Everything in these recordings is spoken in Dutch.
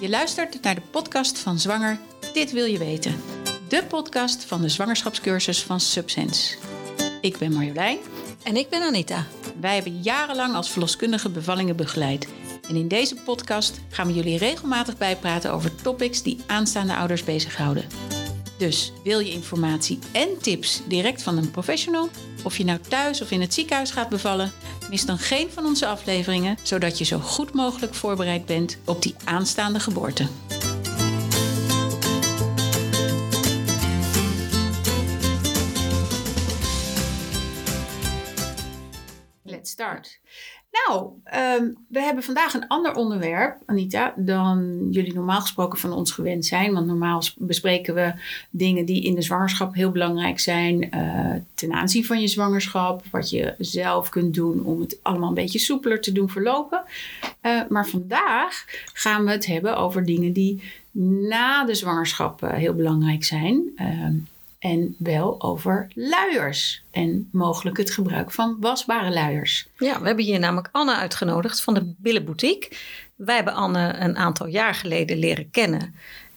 Je luistert naar de podcast van Zwanger Dit Wil Je Weten. De podcast van de zwangerschapscursus van Subsense. Ik ben Marjolein. En ik ben Anita. Wij hebben jarenlang als verloskundige bevallingen begeleid. En in deze podcast gaan we jullie regelmatig bijpraten over topics die aanstaande ouders bezighouden. Dus wil je informatie en tips direct van een professional? Of je nou thuis of in het ziekenhuis gaat bevallen? Mis dan geen van onze afleveringen, zodat je zo goed mogelijk voorbereid bent op die aanstaande geboorte. Let's start. Nou, we hebben vandaag een ander onderwerp, Anita, dan jullie normaal gesproken van ons gewend zijn. Want normaal bespreken we dingen die in de zwangerschap heel belangrijk zijn. Ten aanzien van je zwangerschap, wat je zelf kunt doen om het allemaal een beetje soepeler te doen verlopen. Maar vandaag gaan we het hebben over dingen die na de zwangerschap heel belangrijk zijn. En wel over luiers en mogelijk het gebruik van wasbare luiers. Ja, we hebben hier namelijk Anne uitgenodigd van de Billenboutique. Wij hebben Anne een aantal jaar geleden leren kennen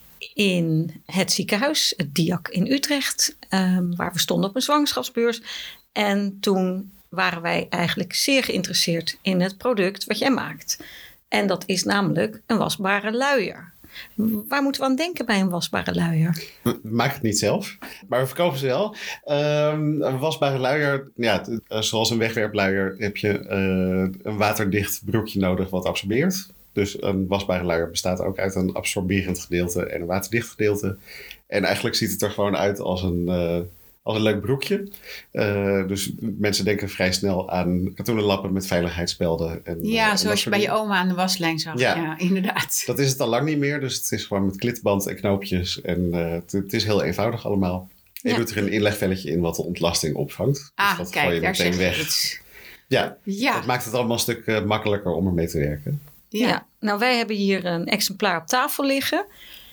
in het ziekenhuis, het DIAC in Utrecht, waar we stonden op een zwangerschapsbeurs. En toen waren wij eigenlijk zeer geïnteresseerd in het product wat jij maakt. En dat is namelijk een wasbare luier. Waar moeten we aan denken bij een wasbare luier? We maken het niet zelf, maar we verkopen ze wel. Een wasbare luier, ja, zoals een wegwerpluier, heb je een waterdicht broekje nodig wat absorbeert. Dus een wasbare luier bestaat ook uit een absorberend gedeelte en een waterdicht gedeelte. En eigenlijk ziet het er gewoon uit als een leuk broekje. Dus mensen denken vrij snel aan katoenen lappen met veiligheidsspelden. Ja, zoals je bij je oma aan de waslijn zag. Ja, inderdaad. Dat is het al lang niet meer. Dus het is gewoon met klitband en knoopjes. En het is heel eenvoudig allemaal. Je doet er een inlegvelletje in wat de ontlasting opvangt. Ah, dus dat kijk, gooi je daar meteen zeg je weg. iets. Ja, dat maakt het allemaal een stuk makkelijker om ermee te werken. Ja, nou wij hebben hier een exemplaar op tafel liggen.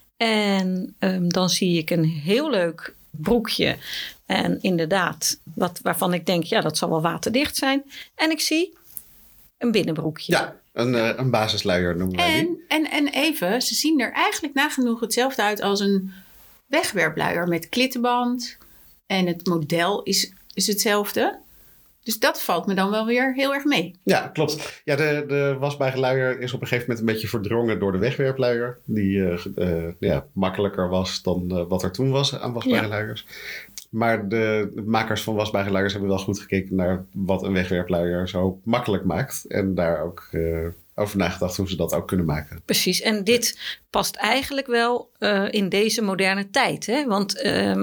En dan zie ik een heel leuk broekje. En inderdaad, waarvan ik denk, ja, dat zal wel waterdicht zijn. En ik zie een binnenbroekje. Ja, een basisluier noemen wij die. En even, ze zien er eigenlijk nagenoeg hetzelfde uit als een wegwerpluier met klittenband. En het model is hetzelfde. Dus dat valt me dan wel weer heel erg mee. Ja, klopt. Ja, de wasbare luier is op een gegeven moment een beetje verdrongen door de wegwerpluier. Die makkelijker was dan wat er toen was aan wasbare luiers. Maar de makers van wasbare luiers hebben wel goed gekeken naar wat een wegwerpluier zo makkelijk maakt. En daar ook over nagedacht hoe ze dat ook kunnen maken. Precies, en dit past eigenlijk wel in deze moderne tijd. Hè? Want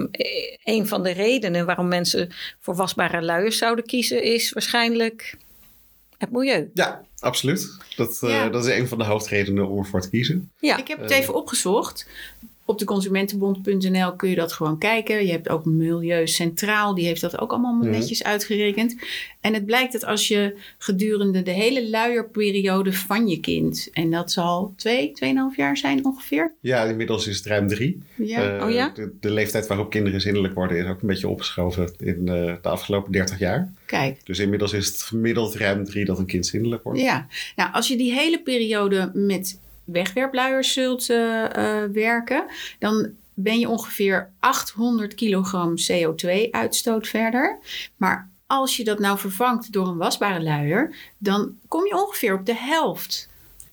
een van de redenen waarom mensen voor wasbare luiers zouden kiezen is waarschijnlijk het milieu. Ja, absoluut. Dat is een van de hoofdredenen om ervoor te kiezen. Ja. Ik heb het even opgezocht. Op de consumentenbond.nl kun je dat gewoon kijken. Je hebt ook Milieu Centraal. Die heeft dat ook allemaal netjes uitgerekend. En het blijkt dat als je gedurende de hele luierperiode van je kind... en dat zal 2,5 jaar zijn ongeveer. Ja, inmiddels is het ruim 3. Ja. De leeftijd waarop kinderen zindelijk worden is ook een beetje opgeschoven in de afgelopen 30 jaar. Kijk. Dus inmiddels is het gemiddeld ruim 3 dat een kind zindelijk wordt. Ja, nou als je die hele periode met wegwerpluiers zult werken, dan ben je ongeveer 800 kilogram CO2-uitstoot verder. Maar als je dat nou vervangt door een wasbare luier, dan kom je ongeveer op de helft.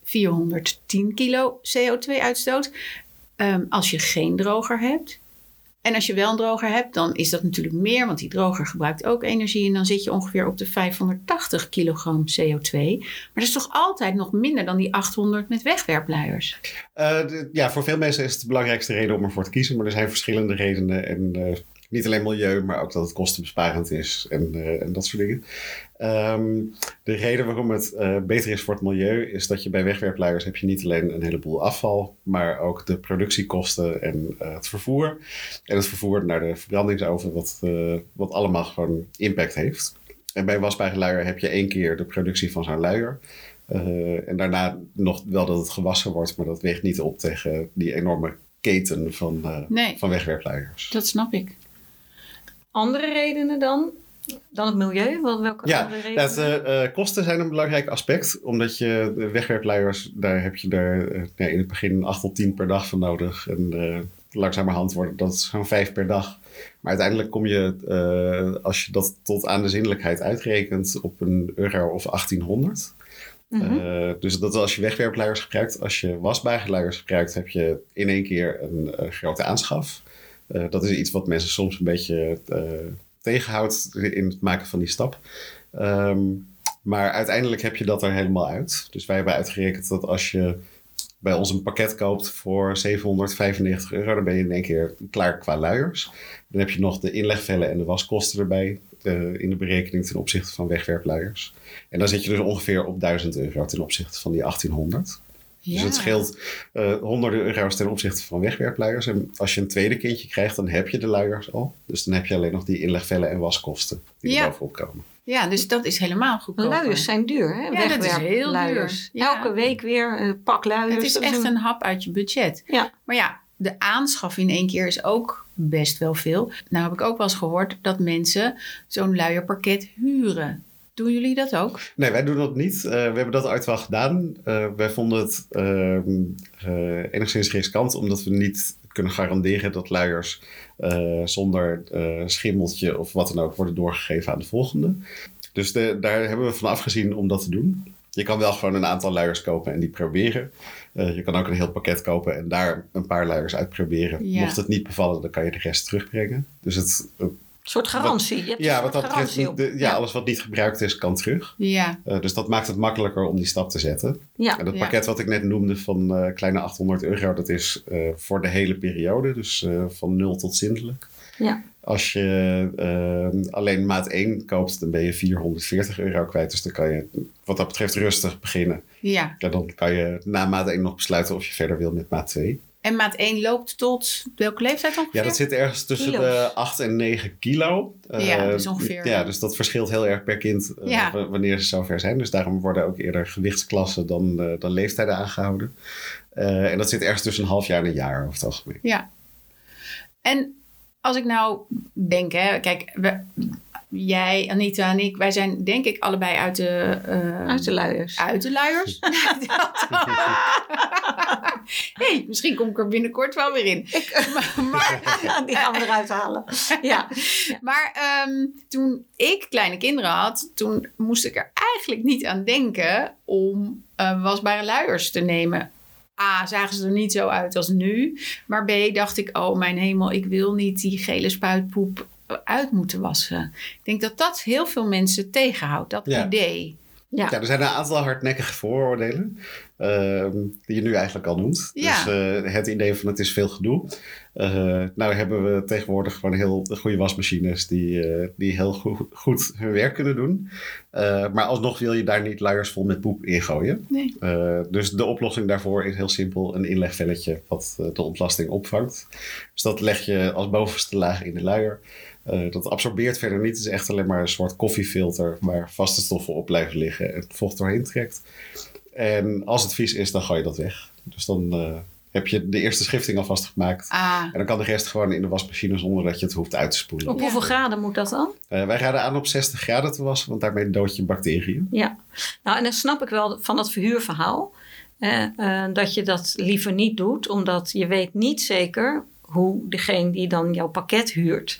410 kilo CO2-uitstoot. Als je geen droger hebt. En als je wel een droger hebt, dan is dat natuurlijk meer, want die droger gebruikt ook energie. En dan zit je ongeveer op de 580 kilogram CO2. Maar dat is toch altijd nog minder dan die 800 met wegwerpluiers? Voor veel mensen is het de belangrijkste reden om ervoor te kiezen. Maar er zijn verschillende redenen. En niet alleen milieu, maar ook dat het kostenbesparend is en dat soort dingen. De reden waarom het beter is voor het milieu is dat je bij wegwerpluiers heb je niet alleen een heleboel afval, maar ook de productiekosten en het vervoer. En het vervoer naar de verbrandingsoven, wat allemaal gewoon impact heeft. En bij een wasbare luier heb je 1 keer de productie van zo'n luier. En daarna nog wel dat het gewassen wordt, maar dat weegt niet op tegen die enorme keten van wegwerpluiers. Dat snap ik. Andere redenen dan? Dan het milieu? Welke andere redenen? Kosten zijn een belangrijk aspect. Omdat je de wegwerpluiers, daar heb je in het begin 8 tot 10 per dag van nodig. En langzamerhand wordt dat zo'n 5 per dag. Maar uiteindelijk kom je, als je dat tot aan de zindelijkheid uitrekent, op €1 of 1800. Dus dat als je wegwerpluiers gebruikt. Als je wasbare luiers gebruikt, heb je in één keer een grote aanschaf. Dat is iets wat mensen soms een beetje tegenhoudt in het maken van die stap. Maar uiteindelijk heb je dat er helemaal uit. Dus wij hebben uitgerekend dat als je bij ons een pakket koopt voor €795, dan ben je in één keer klaar qua luiers. Dan heb je nog de inlegvellen en de waskosten erbij in de berekening ten opzichte van wegwerpluiers. En dan zit je dus ongeveer op €1000 ten opzichte van die 1800. Ja. Dus het scheelt honderden euro's ten opzichte van wegwerpluiers. En als je een tweede kindje krijgt, dan heb je de luiers al. Dus dan heb je alleen nog die inlegvellen en waskosten die er bovenop komen. Ja, dus dat is helemaal goedkoper. Luiers zijn duur, hè? Ja, dat is heel duur. Ja. Elke week weer een pak luiers. Het is echt een hap uit je budget. Ja. Maar ja, de aanschaf in één keer is ook best wel veel. Nou heb ik ook wel eens gehoord dat mensen zo'n luierpakket huren. Doen jullie dat ook? Nee, wij doen dat niet. We hebben dat ooit wel gedaan. Wij vonden het enigszins riskant, omdat we niet kunnen garanderen dat luiers zonder schimmeltje of wat dan ook worden doorgegeven aan de volgende. Dus daar hebben we van afgezien om dat te doen. Je kan wel gewoon een aantal luiers kopen en die proberen. Je kan ook een heel pakket kopen en daar een paar luiers uitproberen. Ja. Mocht het niet bevallen, dan kan je de rest terugbrengen. Dus een soort garantie. Wat dat betreft, alles wat niet gebruikt is, kan terug. Ja. Dus dat maakt het makkelijker om die stap te zetten. Ja. En dat pakket wat ik net noemde van kleine €800, dat is voor de hele periode. Dus van 0 tot zindelijk. Ja. Als je alleen maat 1 koopt, dan ben je €440 kwijt. Dus dan kan je wat dat betreft rustig beginnen. Ja. Ja, dan kan je na maat 1 nog besluiten of je verder wil met maat 2. En maat 1 loopt tot welke leeftijd ongeveer? Ja, dat zit ergens tussen de 8 en 9 kilo. Dus ongeveer. Ja, dus dat verschilt heel erg per kind wanneer ze zover zijn. Dus daarom worden ook eerder gewichtsklassen dan leeftijden aangehouden. En dat zit ergens tussen een half jaar en een jaar over het algemeen. Ja. En als ik nou denk, hè, kijk, jij, Anita en ik, wij zijn denk ik allebei uit de luiers. Uit de luiers. Hey, misschien kom ik er binnenkort wel weer in. Die gaan we eruit halen. Ja. Maar toen ik kleine kinderen had, toen moest ik er eigenlijk niet aan denken om wasbare luiers te nemen. A, zagen ze er niet zo uit als nu. Maar B, dacht ik, oh mijn hemel, ik wil niet die gele spuitpoep uit moeten wassen. Ik denk dat dat heel veel mensen tegenhoudt, dat idee. Ja, er zijn een aantal hardnekkige vooroordelen die je nu eigenlijk al noemt. Ja. Dus het idee van het is veel gedoe. Nou hebben we tegenwoordig gewoon heel goede wasmachines die heel goed hun werk kunnen doen. Maar alsnog wil je daar niet luiers vol met poep in gooien. Nee. Dus de oplossing daarvoor is heel simpel een inlegvelletje wat de ontlasting opvangt. Dus dat leg je als bovenste laag in de luier. Dat absorbeert verder niet. Het is echt alleen maar een soort koffiefilter waar vaste stoffen op blijven liggen en het vocht doorheen trekt. En als het vies is, dan gooi je dat weg. Dus dan heb je de eerste schifting alvast gemaakt. En dan kan de rest gewoon in de wasmachine zonder dat je het hoeft uit te spoelen. Op hoeveel graden moet dat dan? Wij raden aan op 60 graden te wassen, want daarmee dood je bacteriën. Ja, nou en dan snap ik wel van dat verhuurverhaal. Dat je dat liever niet doet, omdat je weet niet zeker hoe degene die dan jouw pakket huurt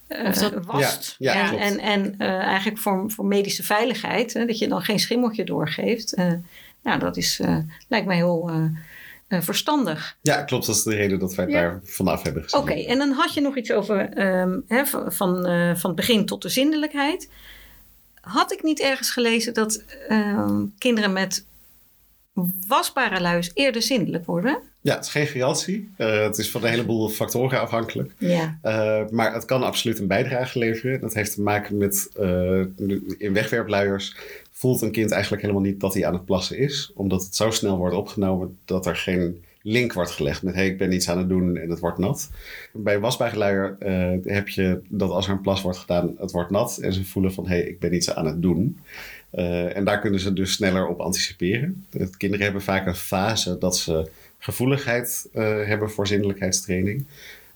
wast. Ja, en eigenlijk voor medische veiligheid, dat je dan geen schimmeltje doorgeeft. Dat is, lijkt mij heel verstandig. Ja, klopt. Dat is de reden dat wij het daar vanaf hebben gezien. Oké, en dan had je nog iets over van het begin tot de zindelijkheid. Had ik niet ergens gelezen dat kinderen met wasbare luiers eerder zindelijk worden? Ja, het is geen garantie. Het is van een heleboel factoren afhankelijk. Ja. Maar het kan absoluut een bijdrage leveren. Dat heeft te maken met in wegwerpluiers voelt een kind eigenlijk helemaal niet dat hij aan het plassen is. Omdat het zo snel wordt opgenomen dat er geen link wordt gelegd met ik ben iets aan het doen en het wordt nat. Bij een wasbare luier heb je dat als er een plas wordt gedaan, het wordt nat. En ze voelen van ik ben iets aan het doen. En daar kunnen ze dus sneller op anticiperen. Kinderen hebben vaak een fase dat ze gevoeligheid hebben voor zindelijkheidstraining.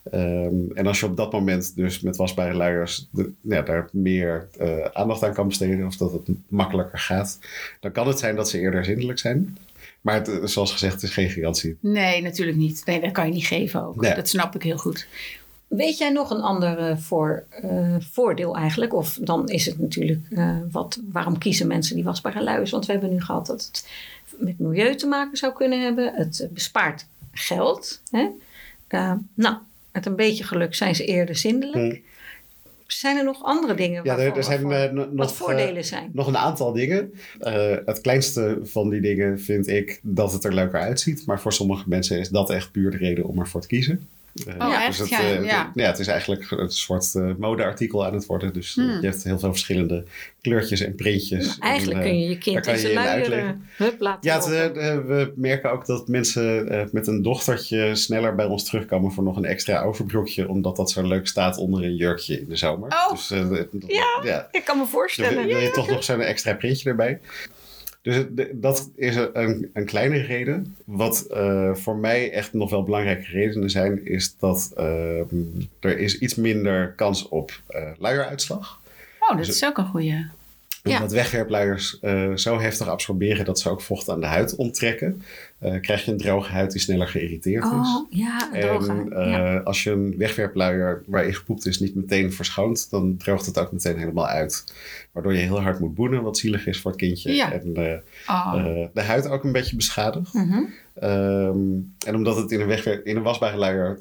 En als je op dat moment dus met wasbare luiers daar meer aandacht aan kan besteden, of dat het makkelijker gaat, dan kan het zijn dat ze eerder zindelijk zijn. Maar zoals gezegd, het is geen garantie. Nee, natuurlijk niet. Nee, dat kan je niet geven ook. Nee. Dat snap ik heel goed. Weet jij nog een ander voordeel eigenlijk? Of dan is het natuurlijk, waarom kiezen mensen die wasbare luiers? Want we hebben nu gehad dat het met milieu te maken zou kunnen hebben. Het bespaart geld. Hè? Met een beetje geluk zijn ze eerder zindelijk. Zijn er nog andere dingen Er zijn wat voordelen zijn? Nog een aantal dingen. Het kleinste van die dingen vind ik dat het er leuker uitziet. Maar voor sommige mensen is dat echt puur de reden om ervoor te kiezen. Echt? Dus Ja. het is eigenlijk een soort modeartikel aan het worden. Dus je hebt heel veel verschillende kleurtjes en printjes. Nou, eigenlijk kun je je kind in zijn luier laten lopen. We merken ook dat mensen met een dochtertje sneller bij ons terugkomen voor nog een extra overbroekje. Omdat dat zo leuk staat onder een jurkje in de zomer. Oh. Dus, Ik kan me voorstellen. Dan wil je toch nog zo'n extra printje erbij. Dus dat is een kleine reden. Wat voor mij echt nog wel belangrijke redenen zijn, is dat er is iets minder kans op luieruitslag. Oh, dat is ook een goeie. Omdat wegwerpluiers zo heftig absorberen dat ze ook vocht aan de huid onttrekken. Krijg je een droge huid die sneller geïrriteerd is. Oh, ja, een droge huid. Als je een wegwerpluier waarin gepoept is niet meteen verschoont, dan droogt het ook meteen helemaal uit. Waardoor je heel hard moet boenen, wat zielig is voor het kindje. Ja. En de huid ook een beetje beschadigt. Mm-hmm. En omdat het in een wasbare luier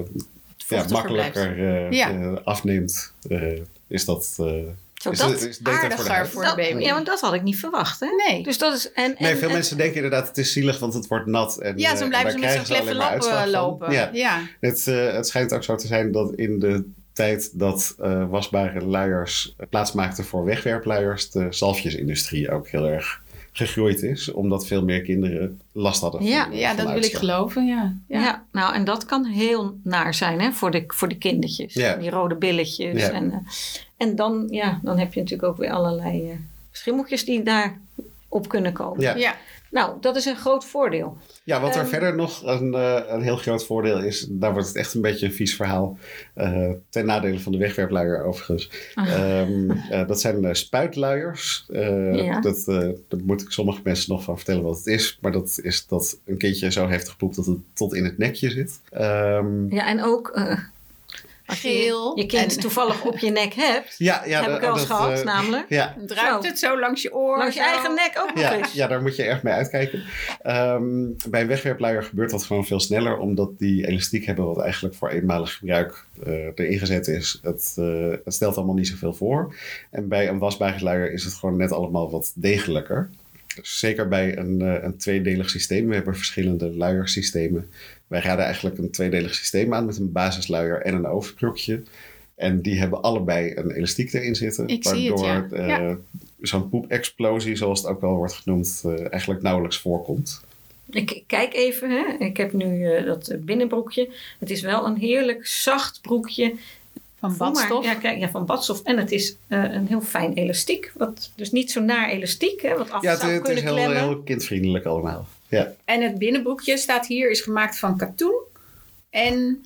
makkelijker afneemt, is dat... is aardiger voor de baby. Ja, want dat had ik niet verwacht. Hè? Nee. Dus dat is, veel mensen denken inderdaad, het is zielig, want het wordt nat. En, Zo blijven ze met zo'n kleffe lap lopen. Ja. Het schijnt ook zo te zijn dat in de tijd dat wasbare luiers plaats maakten voor wegwerpluiers, de zalfjesindustrie ook heel erg gegroeid is. Omdat veel meer kinderen last hadden van dat uitslag. wil ik geloven, ja. Nou, en dat kan heel naar zijn, hè, voor de kindertjes. Ja. Die rode billetjes. Ja. En dan heb je natuurlijk ook weer allerlei schimmeltjes die daar op kunnen komen. Ja. Nou, dat is een groot voordeel. Ja, wat er verder nog een heel groot voordeel is, daar wordt het echt een beetje een vies verhaal. Ten nadele van de wegwerpluier overigens. Dat zijn spuitluiers. Daar moet ik sommige mensen nog van vertellen wat het is. Maar dat is dat een kindje zo heftig poept dat het tot in het nekje zit. En ook... Als je kind toevallig op je nek hebt, heb ik wel eens gehad namelijk. Ja. Druipt het zo langs je oor? Langs je eigen nek ook nog eens. Ja, daar moet je erg mee uitkijken. Bij een wegwerpluier gebeurt dat gewoon veel sneller, omdat die elastiek hebben wat eigenlijk voor eenmalig gebruik erin gezet is. Het stelt allemaal niet zoveel voor. En bij een wasbare luier is het gewoon net allemaal wat degelijker. Dus zeker bij een tweedelig systeem. We hebben verschillende luiersystemen. Wij raden eigenlijk een tweedelig systeem aan met een basisluier en een overbroekje. En die hebben allebei een elastiek erin zitten. Waardoor zo'n poepexplosie, zoals het ook wel wordt genoemd, eigenlijk nauwelijks voorkomt. Ik kijk even, hè. Ik heb nu dat binnenbroekje. Het is wel een heerlijk zacht broekje. Van badstof? Van badstof. En het is een heel fijn elastiek. Dus niet zo naar elastiek, hè, wat af zou kunnen klemmen. Het is heel kindvriendelijk allemaal. Ja. En het binnenbroekje staat hier, is gemaakt van katoen en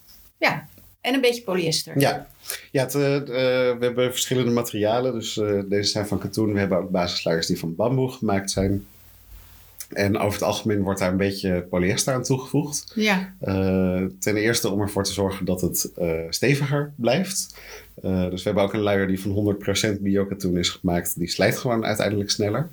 een beetje polyester. We hebben verschillende materialen. Dus deze zijn van katoen. We hebben ook basisluiers die van bamboe gemaakt zijn. En over het algemeen wordt daar een beetje polyester aan toegevoegd. Ja. Ten eerste om ervoor te zorgen dat het steviger blijft. Dus we hebben ook een luier die van 100% biokatoen is gemaakt. Die slijt gewoon uiteindelijk sneller.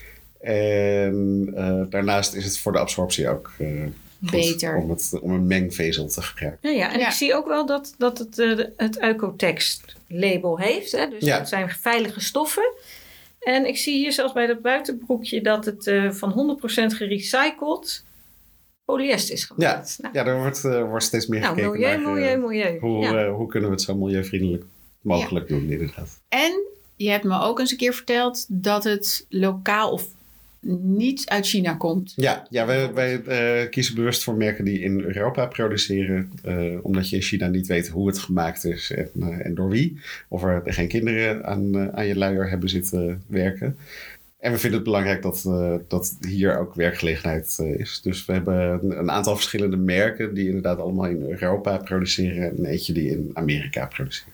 En daarnaast is het voor de absorptie ook beter om een mengvezel te gebruiken. En ik zie ook wel dat het Eucotex label heeft. Hè? Dus dat zijn veilige stoffen. En ik zie hier zelfs bij dat buitenbroekje dat het van 100% gerecycled polyester is gemaakt. Daar wordt steeds meer gekeken naar milieu. Hoe kunnen we het zo milieuvriendelijk mogelijk doen, inderdaad. En je hebt me ook eens een keer verteld dat het lokaal of niet uit China komt. Ja, wij kiezen bewust voor merken die in Europa produceren. Omdat je in China niet weet hoe het gemaakt is en door wie. Of er geen kinderen aan je luier hebben zitten werken. En we vinden het belangrijk dat hier ook werkgelegenheid is. Dus we hebben een aantal verschillende merken die inderdaad allemaal in Europa produceren. En eentje die in Amerika produceert.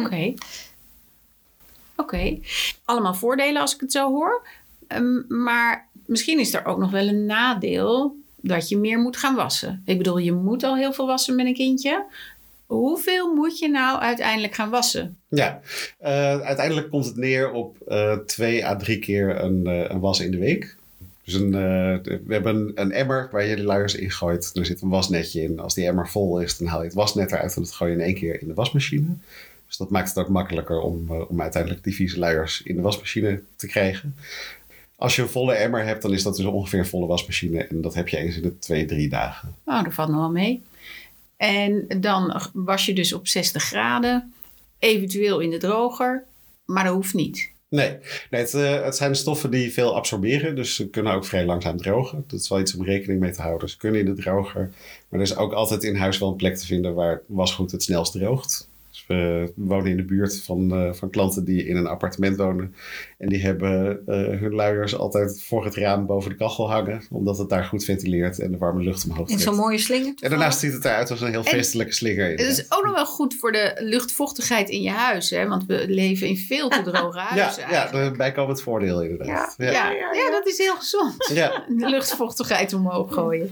Oké. Allemaal voordelen als ik het zo hoor. Maar misschien is er ook nog wel een nadeel dat je meer moet gaan wassen. Ik bedoel, je moet al heel veel wassen met een kindje. Hoeveel moet je nou uiteindelijk gaan wassen? Ja, uiteindelijk komt het neer op 2 à 3 keer een was in de week. Dus we hebben een emmer waar je de luiers in gooit. Er zit een wasnetje in. Als die emmer vol is, dan haal je het wasnet eruit en dat gooi je in 1 keer in de wasmachine. Dus dat maakt het ook makkelijker om uiteindelijk die vieze luiers in de wasmachine te krijgen. Als je een volle emmer hebt, dan is dat dus ongeveer een volle wasmachine. En dat heb je eens in de 2-3 dagen. Oh, dat valt nog wel mee. En dan was je dus op 60 graden, eventueel in de droger, maar dat hoeft niet. Nee, het zijn stoffen die veel absorberen, dus ze kunnen ook vrij langzaam drogen. Dat is wel iets om rekening mee te houden. Ze kunnen in de droger, maar er is ook altijd in huis wel een plek te vinden waar wasgoed het snelst droogt. Dus we wonen in de buurt van klanten die in een appartement wonen. En die hebben hun luiers altijd voor het raam boven de kachel hangen. Omdat het daar goed ventileert en de warme lucht omhoog trekt. In zo'n mooie slinger. En daarnaast ziet het eruit als een heel feestelijke slinger. Het is ook nog wel goed voor de luchtvochtigheid in je huis. Hè? Want we leven in veel te droge huizen. Ja, daarbij komt het voordeel inderdaad. Ja, dat is heel gezond. Ja. De luchtvochtigheid omhoog gooien.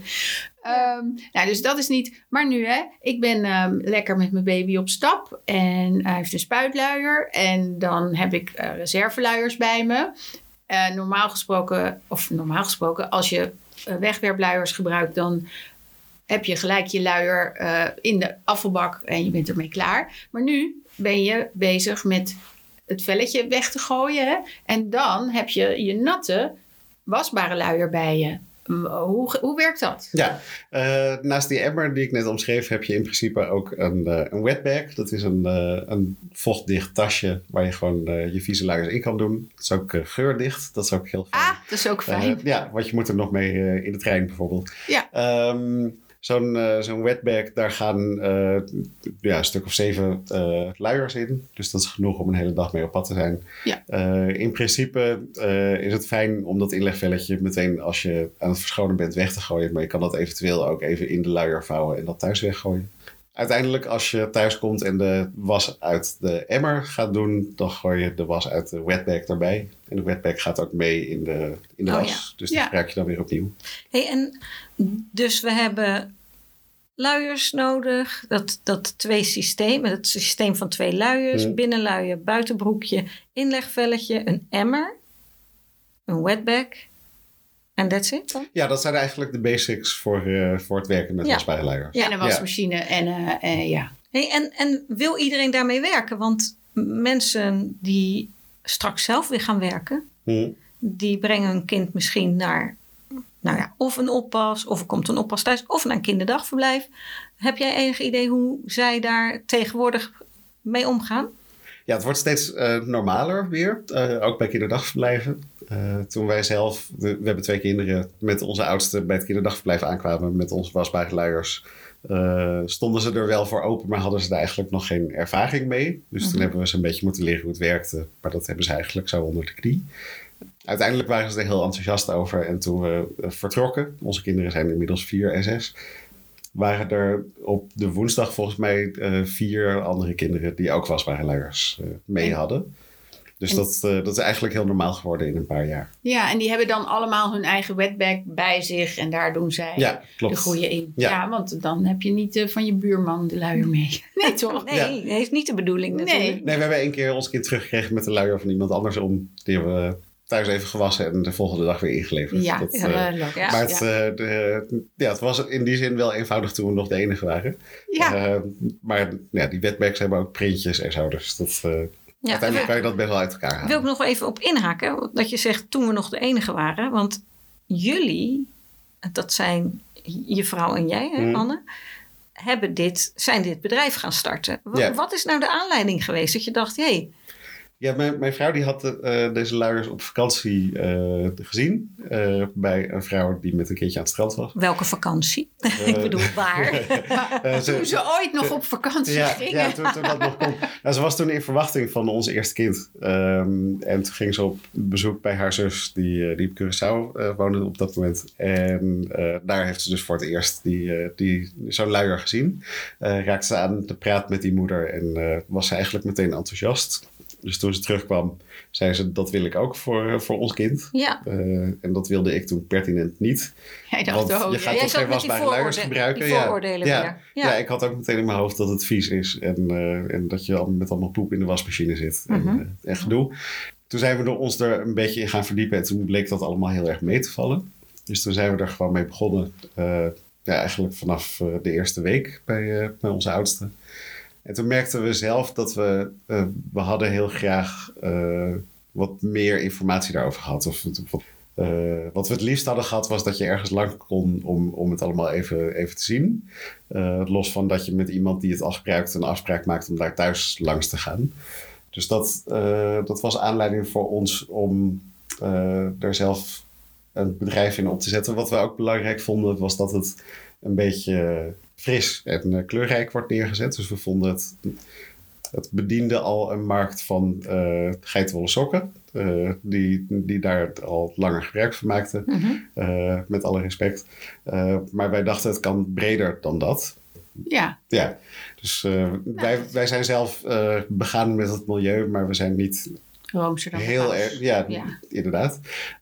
Dus dat is niet... Maar nu, ik ben lekker met mijn baby op stap. En hij heeft een spuitluier. En dan heb ik reserveluiers bij me. Normaal gesproken, als je wegwerpluiers gebruikt... dan heb je gelijk je luier in de afvalbak en je bent ermee klaar. Maar nu ben je bezig met het velletje weg te gooien. Hè? En dan heb je je natte, wasbare luier bij je. Hoe werkt dat? Ja, naast die emmer die ik net omschreef heb je in principe ook een wetbag. Dat is een vochtdicht tasje waar je gewoon je vieze luiers in kan doen. Het is ook geurdicht, dat is ook heel fijn. Dat is ook fijn. Want je moet er nog mee in de trein bijvoorbeeld. Ja. Zo'n wetbag, daar gaan een stuk of 7 luiers in. Dus dat is genoeg om een hele dag mee op pad te zijn. Ja. In principe is het fijn om dat inlegvelletje meteen als je aan het verschonen bent weg te gooien. Maar je kan dat eventueel ook even in de luier vouwen en dat thuis weggooien. Uiteindelijk als je thuis komt en de was uit de emmer gaat doen, dan gooi je de was uit de wetbag erbij. En de wetbag gaat ook mee in de was. Ja. Dus die gebruik je dan weer opnieuw. Hey, en dus we hebben luiers nodig. Dat 2 systemen. Het systeem van 2 luiers. Binnenluier, buitenbroekje, inlegvelletje, een emmer, een wetbag. En that's it dan? Ja, dat zijn eigenlijk de basics voor het werken met wasbare luiers. Ja, en een wasmachine en ja. Hey, en wil iedereen daarmee werken? Want mensen die straks zelf weer gaan werken, die brengen hun kind misschien naar of een oppas, of er komt een oppas thuis, of naar een kinderdagverblijf. Heb jij enig idee hoe zij daar tegenwoordig mee omgaan? Ja, het wordt steeds normaler weer, ook bij kinderdagverblijven. Toen wij zelf, we hebben 2 kinderen, met onze oudste bij het kinderdagverblijf aankwamen met onze wasbare luiers, stonden ze er wel voor open, maar hadden ze er eigenlijk nog geen ervaring mee. Dus toen hebben we ze een beetje moeten leren hoe het werkte. Maar dat hebben ze eigenlijk zo onder de knie. Uiteindelijk waren ze er heel enthousiast over. En toen we vertrokken, onze kinderen zijn inmiddels 4 en 6... waren er op de woensdag volgens mij 4 andere kinderen die ook wasbare luiers mee hadden. Dus dat is eigenlijk heel normaal geworden in een paar jaar. Ja, en die hebben dan allemaal hun eigen wetbag bij zich. En daar doen zij de goede in. Ja, want dan heb je niet van je buurman de luier mee. Nee, toch? Nee, dat is niet de bedoeling natuurlijk. Nee, we hebben 1 keer ons kind teruggekregen met de luier van iemand anders om. Die hebben we thuis even gewassen en de volgende dag weer ingeleverd. Ja, maar het was in die zin wel eenvoudig toen we nog de enige waren. Ja. Maar die wetbags hebben ook printjes en zo. Dus dat... uiteindelijk kan je dat best wel uit elkaar halen. Wil ik nog even op inhaken. Dat je zegt toen we nog de enige waren. Want jullie, dat zijn je vrouw en jij, Anne, zijn dit bedrijf gaan starten. Wat is nou de aanleiding geweest dat je dacht, Ja, mijn vrouw die had deze luiers op vakantie gezien. Bij een vrouw die met een kindje aan het strand was. Welke vakantie? Ik bedoel, waar? Toen ze ooit nog op vakantie gingen. Ja, toen dat nog kon. Nou, ze was toen in verwachting van ons eerste kind. En toen ging ze op bezoek bij haar zus, die op Curaçao woonde op dat moment. En daar heeft ze dus voor het eerst zo'n luier gezien. Raakte ze aan de praat met die moeder en was ze eigenlijk meteen enthousiast. Dus toen ze terugkwam, zei ze, dat wil ik ook voor ons kind. Ja. En dat wilde ik toen pertinent niet. Jij dacht, want je gaat toch geen wasbare luiers gebruiken? Die vooroordelen weer. Ja, ik had ook meteen in mijn hoofd dat het vies is. En dat je met allemaal poep in de wasmachine zit. En gedoe. Toen zijn we ons er een beetje in gaan verdiepen. En toen bleek dat allemaal heel erg mee te vallen. Dus toen zijn we er gewoon mee begonnen. Eigenlijk vanaf de eerste week bij onze oudste. En toen merkten we zelf dat we hadden heel graag wat meer informatie daarover gehad. Wat we het liefst hadden gehad was dat je ergens lang kon om het allemaal even te zien. Los van dat je met iemand die het al gebruikt een afspraak maakt om daar thuis langs te gaan. Dus dat was aanleiding voor ons om er zelf een bedrijf in op te zetten. Wat we ook belangrijk vonden was dat het een beetje fris en kleurrijk wordt neergezet. Dus we vonden het bediende al een markt van geitenwolle sokken. Die daar al langer gebruik van maakten. Met alle respect. Maar wij dachten het kan breder dan dat. Ja. Ja. Dus wij zijn zelf begaan met het milieu. Maar we zijn niet Roomser dan heel erg. Ja, inderdaad.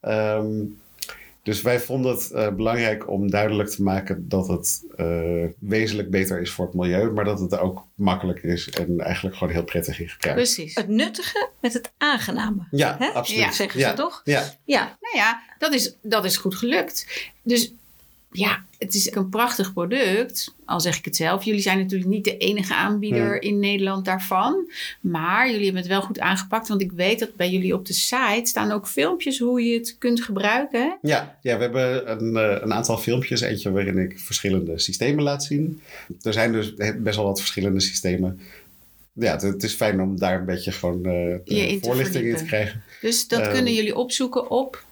Dus wij vonden het belangrijk om duidelijk te maken dat het wezenlijk beter is voor het milieu, maar dat het ook makkelijk is en eigenlijk gewoon heel prettig in gebruik. Precies. Het nuttige met het aangename. Ja, Hè? absoluut. Zeggen ze toch? Ja. Nou ja, dat is goed gelukt. Dus ja, het is een prachtig product, al zeg ik het zelf. Jullie zijn natuurlijk niet de enige aanbieder in Nederland daarvan. Maar jullie hebben het wel goed aangepakt. Want ik weet dat bij jullie op de site staan ook filmpjes hoe je het kunt gebruiken. Hè? Ja, we hebben een aantal filmpjes. Eentje waarin ik verschillende systemen laat zien. Er zijn dus best wel wat verschillende systemen. Ja, het is fijn om daar een beetje gewoon voorlichting in te krijgen. Dus dat kunnen jullie opzoeken op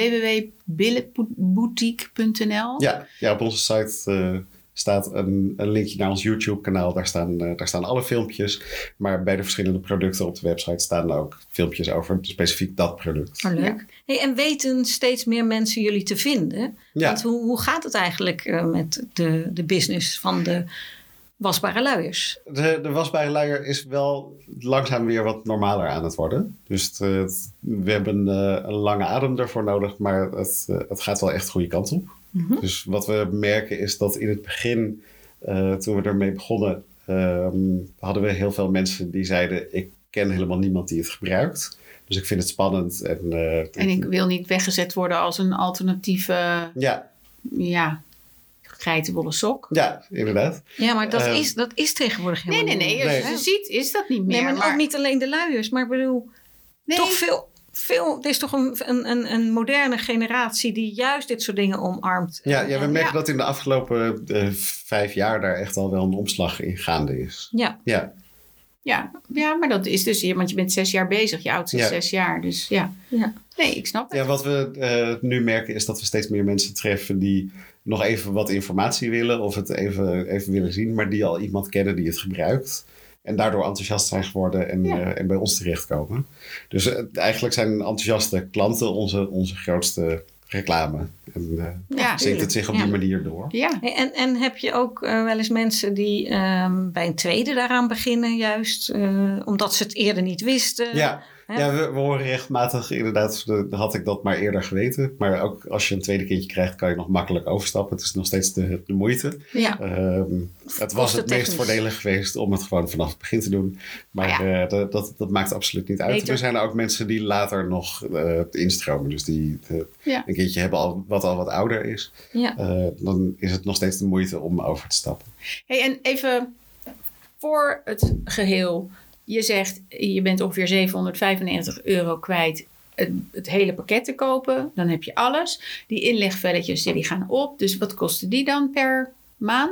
www.billenboutique.nl. Ja, op onze site staat een linkje naar ons YouTube-kanaal. Daar staan alle filmpjes. Maar bij de verschillende producten op de website staan ook filmpjes over specifiek dat product. Oh, leuk. Ja. Hey, en weten steeds meer mensen jullie te vinden? Ja. Want hoe gaat het eigenlijk met de business van de wasbare luiers? De wasbare luier is wel langzaam weer wat normaler aan het worden. Dus we hebben een lange adem ervoor nodig, maar het gaat wel echt de goede kant op. Dus wat we merken is dat in het begin, toen we ermee begonnen, hadden we heel veel mensen die zeiden, ik ken helemaal niemand die het gebruikt. Dus ik vind het spannend. En ik wil niet weggezet worden als een alternatieve geitenwolle sok. Ja, inderdaad. Ja, maar dat is tegenwoordig helemaal niet. Nee. Als je ziet, is dat niet meer. Nee, maar ook niet alleen de luiers. Maar ik bedoel, toch veel. Er is toch een moderne generatie die juist dit soort dingen omarmt. Ja, we merken dat in de afgelopen 5 jaar daar echt al wel een omslag in gaande is. Ja, maar dat is dus, want je bent 6 jaar bezig. Je oudste is 6 jaar, dus ja. Nee, ik snap het. Ja, wat we nu merken is dat we steeds meer mensen treffen die nog even wat informatie willen of het even willen zien, maar die al iemand kennen die het gebruikt. En daardoor enthousiast zijn geworden en bij ons terechtkomen. Dus eigenlijk zijn enthousiaste klanten onze grootste reclame. En zingt het zich op die manier door. Ja. En heb je ook wel eens mensen die bij een tweede daaraan beginnen juist, omdat ze het eerder niet wisten? Ja, we horen regelmatig inderdaad, had ik dat maar eerder geweten. Maar ook als je een tweede kindje krijgt, kan je nog makkelijk overstappen. Het is nog steeds de moeite. Ja. Het was het meest voordelig geweest om het gewoon vanaf het begin te doen. Maar dat maakt absoluut niet uit. Er zijn ook mensen die later nog instromen. Dus die een kindje hebben al wat ouder is. Ja. Dan is het nog steeds de moeite om over te stappen. Hey, en even voor het geheel. Je zegt, je bent ongeveer €795 kwijt het hele pakket te kopen. Dan heb je alles. Die inlegvelletjes die gaan op. Dus wat kosten die dan per maand?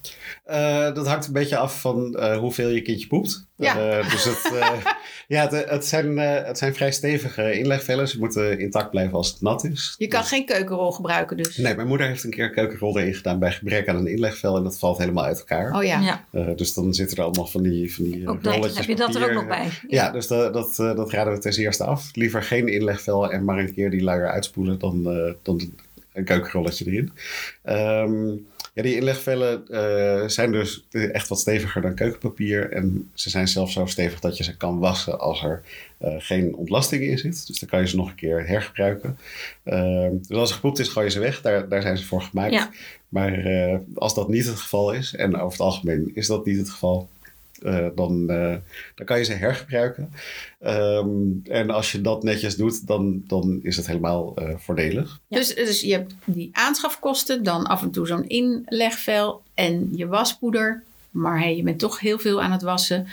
Dat hangt een beetje af van hoeveel je kindje poept. Ja. Dus het zijn vrij stevige inlegvellen. Ze moeten intact blijven als het nat is. Je kan geen keukenrol gebruiken dus. Nee, mijn moeder heeft een keer een keukenrol erin gedaan bij gebrek aan een inlegvel. En dat valt helemaal uit elkaar. Oh ja. Dus dan zitten er allemaal van die Ook dat, rolletjes heb je dat er papier. ook nog bij? Ja, dus dat raden we ten eerste af. Liever geen inlegvel en maar een keer die luier uitspoelen dan een keukenrolletje erin. Die inlegvellen zijn dus echt wat steviger dan keukenpapier. En ze zijn zelfs zo stevig dat je ze kan wassen als er geen ontlasting in zit. Dus dan kan je ze nog een keer hergebruiken. Dus als er gepoept is, gooi je ze weg. Daar zijn ze voor gemaakt. Ja. Maar als dat niet het geval is, en over het algemeen is dat niet het geval... Dan kan je ze hergebruiken. En als je dat netjes doet, dan is het helemaal voordelig. Ja. Dus je hebt die aanschafkosten, dan af en toe zo'n inlegvel en je waspoeder. Maar je bent toch heel veel aan het wassen.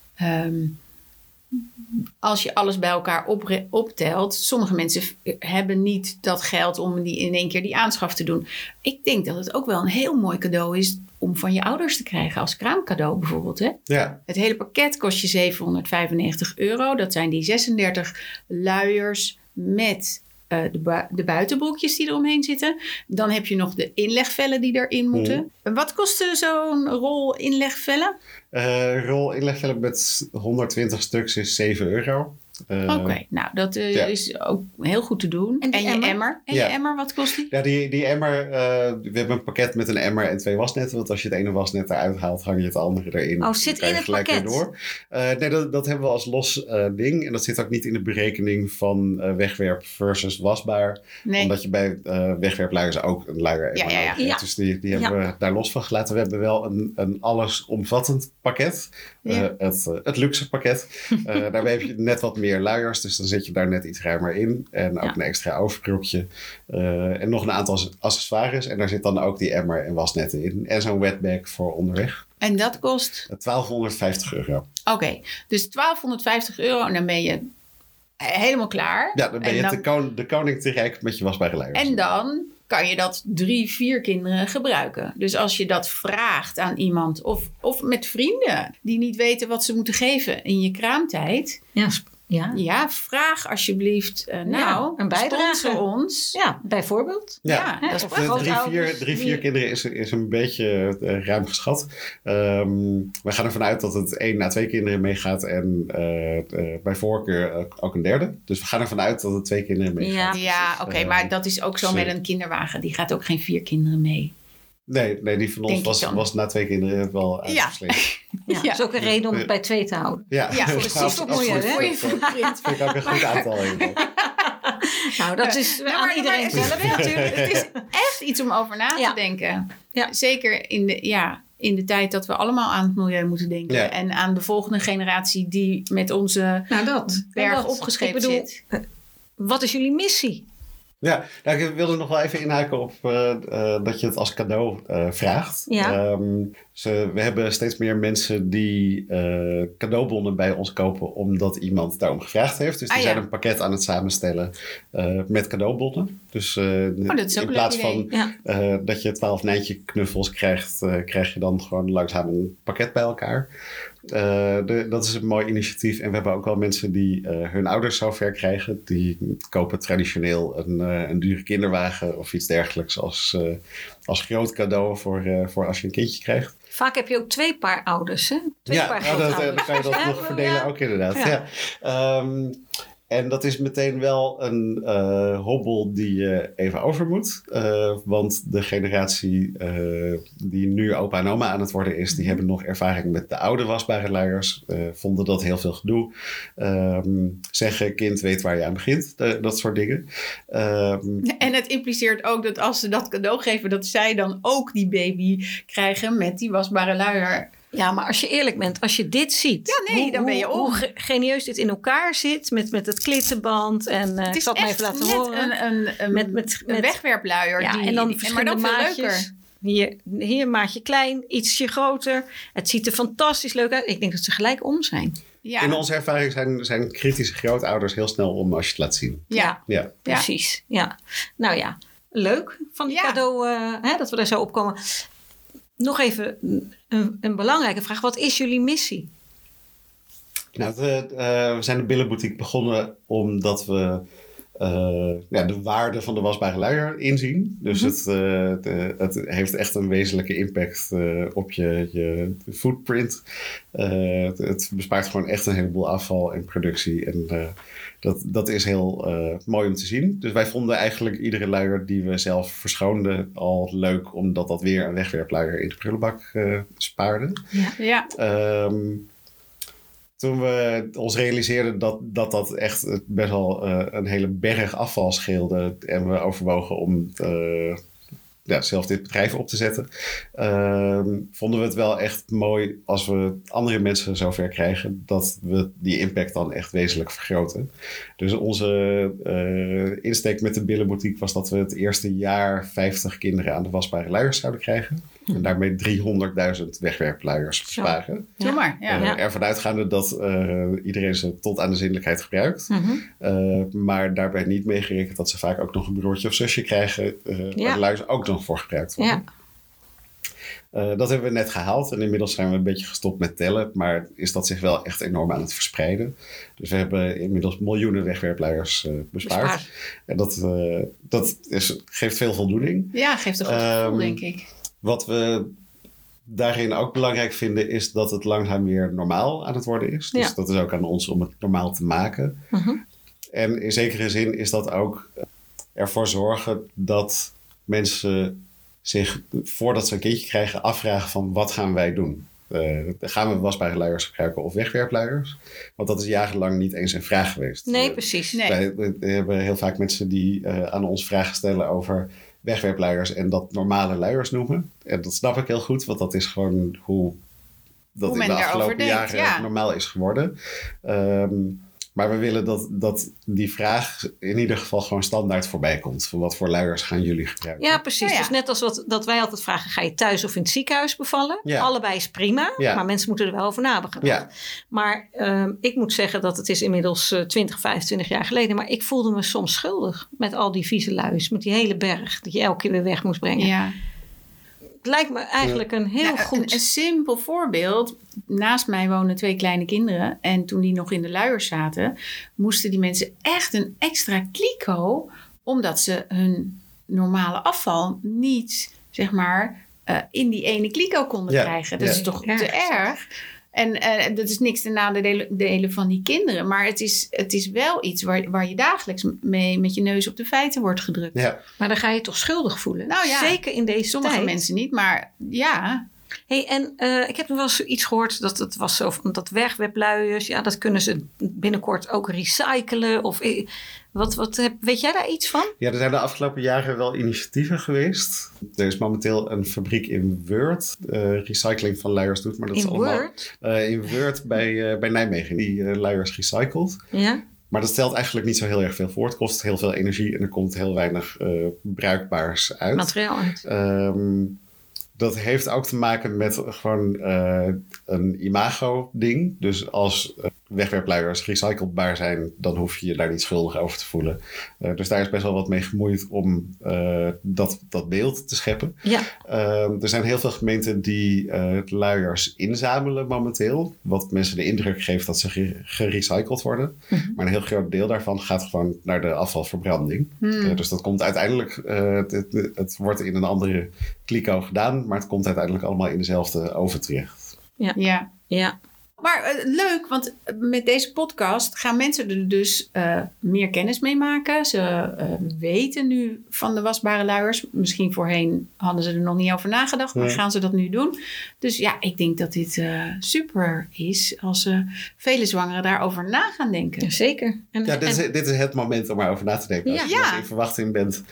Als je alles bij elkaar optelt, sommige mensen hebben niet dat geld om in één keer die aanschaf te doen. Ik denk dat het ook wel een heel mooi cadeau is om van je ouders te krijgen als kraamcadeau bijvoorbeeld. Hè? Ja. Het hele pakket kost je €795. Dat zijn die 36 luiers met de buitenbroekjes die eromheen zitten. Dan heb je nog de inlegvellen die erin moeten. Wat kostte zo'n rol inlegvellen? Rol inlegvellen met 120 stuks is €7. Oké, nou dat is ook heel goed te doen. En je emmer? En je emmer, wat kost die? Ja, die emmer, we hebben een pakket met een emmer en 2 wasnetten. Want als je het ene wasnet eruit haalt, hang je het andere erin. Oh, zit in het pakket? Door. Nee, dat hebben we als los ding. En dat zit ook niet in de berekening van wegwerp versus wasbaar. Nee. Omdat je bij wegwerpluiers ook een luier emmer nodig hebt. Dus die hebben we daar los van gelaten. We hebben wel een allesomvattend pakket. Ja. Het luxe pakket. Daarbij heb je net wat meer luiers, dus dan zit je daar net iets ruimer in. En ook een extra overkrukje. En nog een aantal accessoires. En daar zit dan ook die emmer en wasnetten in. En zo'n wetbag voor onderweg. En dat kost? €1250. Oké, dus €1250 en dan ben je helemaal klaar. Ja, dan ben je de koning te rijk met je wasbare luiers. En dan kan je dat 3-4 kinderen gebruiken. Dus als je dat vraagt aan iemand of met vrienden die niet weten wat ze moeten geven in je kraamtijd. Ja, vraag alsjeblieft. Een bijdrage. Sponsor ons. Ja, bijvoorbeeld. Ja, dat is 3-4 kinderen is een beetje ruim geschat. We gaan ervan uit dat het 1 à 2 kinderen meegaat en bij voorkeur ook een derde. Dus we gaan ervan uit dat het 2 kinderen meegaat. Ja, oké, maar dat is ook zo met een kinderwagen. Die gaat ook geen 4 kinderen mee. Nee, die van ons was na 2 kinderen wel uitgesleten. Ja, dat is ook een reden om het bij 2 te houden. Ja, precies voor milieu, hè? Voor je footprint. Dat vind ik ook een goed aantal. Nou, dat is aan iedereen zelf natuurlijk. Het is echt iets om over na te denken. Ja. Zeker in de tijd dat we allemaal aan het milieu moeten denken. Ja. En aan de volgende generatie die met onze berg opgescheept zit. Wat is jullie missie? Ja, ik wilde nog wel even inhaken op dat je het als cadeau vraagt. Ja. We hebben steeds meer mensen die cadeaubonnen bij ons kopen omdat iemand daarom gevraagd heeft. Dus die zijn een pakket aan het samenstellen met cadeaubonnen. Dus in plaats van dat je 12 Nijntje knuffels krijgt, krijg je dan gewoon langzaam een pakket bij elkaar. Dat is een mooi initiatief. En we hebben ook wel mensen die hun ouders zover krijgen. Die kopen traditioneel een dure kinderwagen of iets dergelijks als groot cadeau voor als je een kindje krijgt. Vaak heb je ook 2 paar ouders, hè? 2 paar dan kan je dat nog verdelen ook inderdaad. Ja. En dat is meteen wel een hobbel die je even over moet. Want de generatie die nu opa en oma aan het worden is, die hebben nog ervaring met de oude wasbare luiers. Vonden dat heel veel gedoe. Zeggen, kind weet waar je aan begint. Dat soort dingen. En het impliceert ook dat als ze dat cadeau geven, dat zij dan ook die baby krijgen met die wasbare luier. Ja, maar als je eerlijk bent, als je dit ziet, dan ben je hoe genieus dit in elkaar zit met het klittenband en ik zal het maar even laten horen. Met een wegwerpluier. Ja, en dan verschillende maatjes. Hier maatje klein, ietsje groter. Het ziet er fantastisch leuk uit. Ik denk dat ze gelijk om zijn. Ja. In onze ervaring zijn kritische grootouders heel snel om als je het laat zien. Ja. Precies. Ja. Nou ja, leuk van die cadeau dat we er zo op komen. nog even een belangrijke vraag. Wat is jullie missie? Nou, we zijn de Billenboutique begonnen omdat we de waarde van de wasbare luier inzien. Dus het heeft echt een wezenlijke impact op je footprint. Het bespaart gewoon echt een heleboel afval en productie. En dat is heel mooi om te zien. Dus wij vonden eigenlijk iedere luier die we zelf verschoonden al leuk, omdat dat weer een wegwerpluier in de prullenbak spaarde. Ja. Toen we ons realiseerden dat echt best wel een hele berg afval scheelde en we overwogen om zelf dit bedrijf op te zetten, vonden we het wel echt mooi als we andere mensen zover krijgen dat we die impact dan echt wezenlijk vergroten. Dus onze insteek met de Billenboutique was dat we het eerste jaar 50 kinderen aan de wasbare luiers zouden krijgen. En daarmee 300.000 wegwerpluiers besparen. Doe maar. Ja. Ervan uitgaande dat iedereen ze tot aan de zindelijkheid gebruikt. Maar daarbij niet meegerekend dat ze vaak ook nog een broertje of zusje krijgen. Waar de luiers ook nog voor gebruikt worden. Dat hebben we net gehaald. En inmiddels zijn we een beetje gestopt met tellen. Maar is dat zich wel echt enorm aan het verspreiden. Dus we hebben inmiddels miljoenen wegwerpluiers bespaard. En dat geeft veel voldoening. Ja, geeft een goed gevoel, denk ik. Wat we daarin ook belangrijk vinden is dat het langzaam weer normaal aan het worden is. Dus dat is ook aan ons om het normaal te maken. En in zekere zin is dat ook ervoor zorgen dat mensen zich, voordat ze een kindje krijgen, afvragen van wat gaan wij doen? Gaan we wasbare luiers gebruiken of wegwerpluiers? Want dat is jarenlang niet eens een vraag geweest. Nee, precies. We hebben heel vaak mensen die aan ons vragen stellen over wegwerpluiers en dat normale luiers noemen. En dat snap ik heel goed, want dat is gewoon hoe dat in de afgelopen jaren normaal is geworden. Maar we willen dat die vraag in ieder geval gewoon standaard voorbij komt. Van wat voor luiers gaan jullie gebruiken? Ja, precies. Dus net als dat wij altijd vragen, ga je thuis of in het ziekenhuis bevallen? Ja. Allebei is prima, maar mensen moeten er wel over na hebben gedacht. Ja. Maar ik moet zeggen dat het is inmiddels 20, 25 jaar geleden. Maar ik voelde me soms schuldig met al die vieze luiers. Met die hele berg die je elke keer weer weg moest brengen. Ja. Het lijkt me eigenlijk een heel goed... Een simpel voorbeeld. Naast mij wonen 2 kleine kinderen. En toen die nog in de luiers zaten, moesten die mensen echt een extra kliko, omdat ze hun normale afval niet, zeg maar, in die ene kliko konden krijgen. Dat is toch te erg? En dat is niks ten nadele van die kinderen. Maar het is wel iets waar je dagelijks mee met je neus op de feiten wordt gedrukt. Ja. Maar dan ga je toch schuldig voelen? Nou ja, zeker in deze sommige tijd. Mensen niet, maar ja. Hey, en ik heb nog wel eens iets gehoord dat het was zo dat wegwerpluiers, dat kunnen ze binnenkort ook recyclen. Of weet jij daar iets van? Ja, er zijn de afgelopen jaren wel initiatieven geweest. Er is momenteel een fabriek in Weurt, recycling van luiers doet. Maar dat is allemaal in Weurt bij Nijmegen, die luiers recycelt. Ja. Maar dat stelt eigenlijk niet zo heel erg veel voor. Het kost heel veel energie en er komt heel weinig bruikbaars uit. Materiaal uit. Dat heeft ook te maken met gewoon een imago-ding. Dus als wegwerpluiers recyclebaar zijn, dan hoef je je daar niet schuldig over te voelen. Dus daar is best wel wat mee gemoeid om dat beeld te scheppen. Ja. Er zijn heel veel gemeenten die luiers inzamelen momenteel. Wat mensen de indruk geeft dat ze gerecycled worden. Mm-hmm. Maar een heel groot deel daarvan gaat gewoon naar de afvalverbranding. Dus dat komt uiteindelijk, het wordt in een andere kliko gedaan, maar het komt uiteindelijk allemaal in dezelfde oven terecht. Ja. Maar leuk, want met deze podcast gaan mensen er dus meer kennis mee maken. Ze weten nu van de wasbare luiers. Misschien voorheen hadden ze er nog niet over nagedacht, maar gaan ze dat nu doen. Dus ja, ik denk dat dit super is als vele zwangeren daarover na gaan denken. Ja, zeker. Dit is het moment om erover na te denken. Als je in verwachting bent,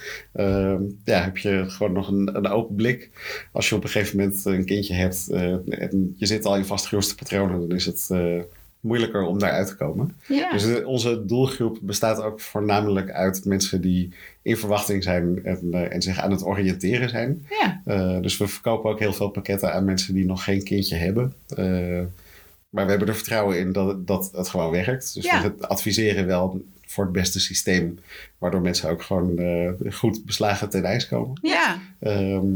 heb je gewoon nog een open blik. Als je op een gegeven moment een kindje hebt en je zit al in vastgeroeste patronen, dan is het moeilijker om daaruit te komen. Ja. Dus onze doelgroep bestaat ook voornamelijk uit mensen die in verwachting zijn en zich aan het oriënteren zijn. Ja. Dus we verkopen ook heel veel pakketten aan mensen die nog geen kindje hebben. Maar we hebben er vertrouwen in dat het gewoon werkt. Dus we adviseren wel voor het beste systeem, waardoor mensen ook gewoon goed beslagen ten ijs komen. Ja.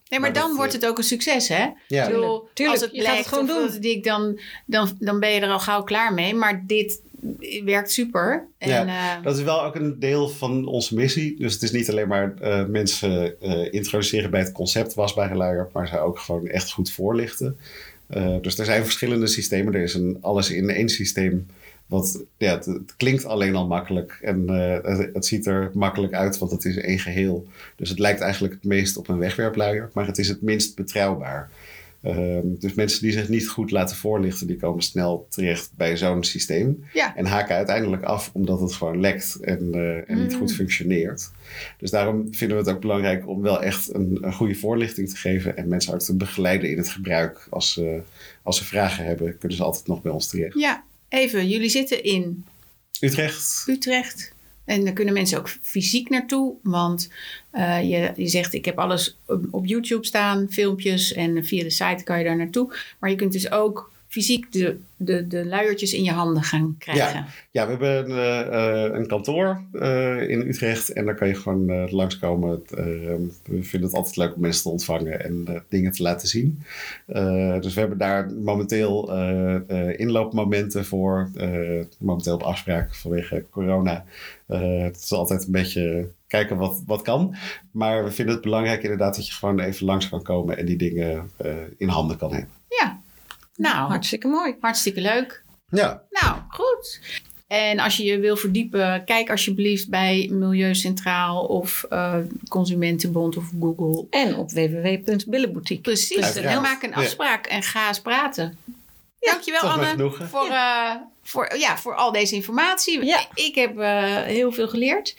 Nee, maar dan wordt het ook een succes, hè? Ja. Ik bedoel, Tuurlijk, als het je gaat het gewoon doen. Dan ben je er al gauw klaar mee. Maar dit werkt super. En, Dat is wel ook een deel van onze missie. Dus het is niet alleen maar mensen introduceren bij het concept wasbare luier, maar ze ook gewoon echt goed voorlichten. Dus er zijn verschillende systemen. Er is een alles in één systeem. Het klinkt alleen al makkelijk. En het ziet er makkelijk uit, want het is één geheel. Dus het lijkt eigenlijk het meest op een wegwerpluier. Maar het is het minst betrouwbaar. Dus mensen die zich niet goed laten voorlichten, die komen snel terecht bij zo'n systeem. Ja. En haken uiteindelijk af omdat het gewoon lekt en niet goed functioneert. Dus daarom vinden we het ook belangrijk om wel echt een goede voorlichting te geven. En mensen ook te begeleiden in het gebruik. Als ze vragen hebben, kunnen ze altijd nog bij ons terecht. Ja, even. Jullie zitten in Utrecht. En daar kunnen mensen ook fysiek naartoe. Want je zegt, ik heb alles op YouTube staan, filmpjes. En via de site kan je daar naartoe. Maar je kunt dus ook fysiek de luiertjes in je handen gaan krijgen. Ja, we hebben een kantoor in Utrecht. En daar kan je gewoon langskomen. We vinden het altijd leuk om mensen te ontvangen en dingen te laten zien. Dus we hebben daar momenteel inloopmomenten voor. Momenteel op afspraak vanwege corona. Het is altijd een beetje kijken wat kan. Maar we vinden het belangrijk inderdaad dat je gewoon even langs kan komen en die dingen in handen kan hebben. Ja. Nou, Hartstikke mooi. hartstikke leuk. Ja. Nou, goed. En als je je wil verdiepen, kijk alsjeblieft bij Milieu Centraal of Consumentenbond of Google. En op www.billenboutique. Precies. Uiteraard. En maak een afspraak en ga eens praten. Dankjewel, Tot mijn Anne, genoegen. voor al deze informatie. Ja. Ik heb heel veel geleerd.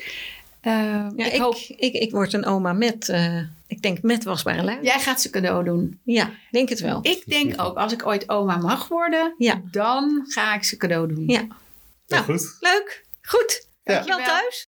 Ik word een oma met wasbare luier. Jij gaat ze cadeau doen. Ja, denk het wel. Ik denk ook, als ik ooit oma mag worden, Ja. dan ga ik ze cadeau doen. Ja. Nou, goed. Leuk. Goed. Ja. Dankjewel thuis.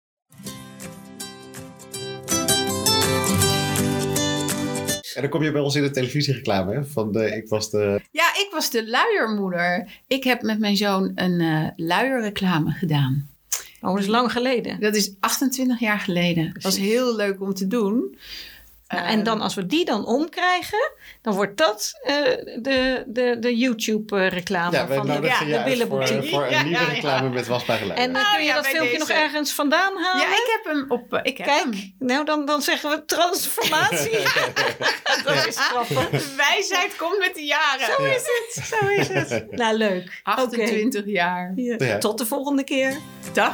En dan kom je bij ons in de televisiereclame, hè? Ik was de... Ja, ik was de luiermoeder. Ik heb met mijn zoon een luierreclame gedaan. Oh, dat is lang geleden. Dat is 28 jaar geleden. Dat was heel leuk om te doen. Nou, en dan als we die dan omkrijgen, dan wordt dat de YouTube-reclame Ja, wij van de nodigen je uit Billenboutique. voor een nieuwe reclame met wasbare luier. En kun je dat bij filmpje nog deze. ergens vandaan halen? Ja, ik heb hem op... Kijk, nou dan zeggen we transformatie. Dat is grappig. De wijsheid komt met de jaren. Zo is het. Nou, leuk. 28 jaar. Oké. Ja. Tot de volgende keer. Dag.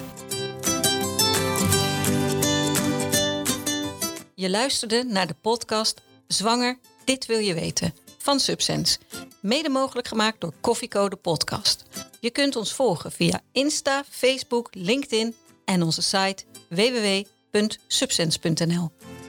Je luisterde naar de podcast Zwanger, dit wil je weten van Subsense. Mede mogelijk gemaakt door Koffiecode Podcast. Je kunt ons volgen via Insta, Facebook, LinkedIn en onze site www.subsense.nl.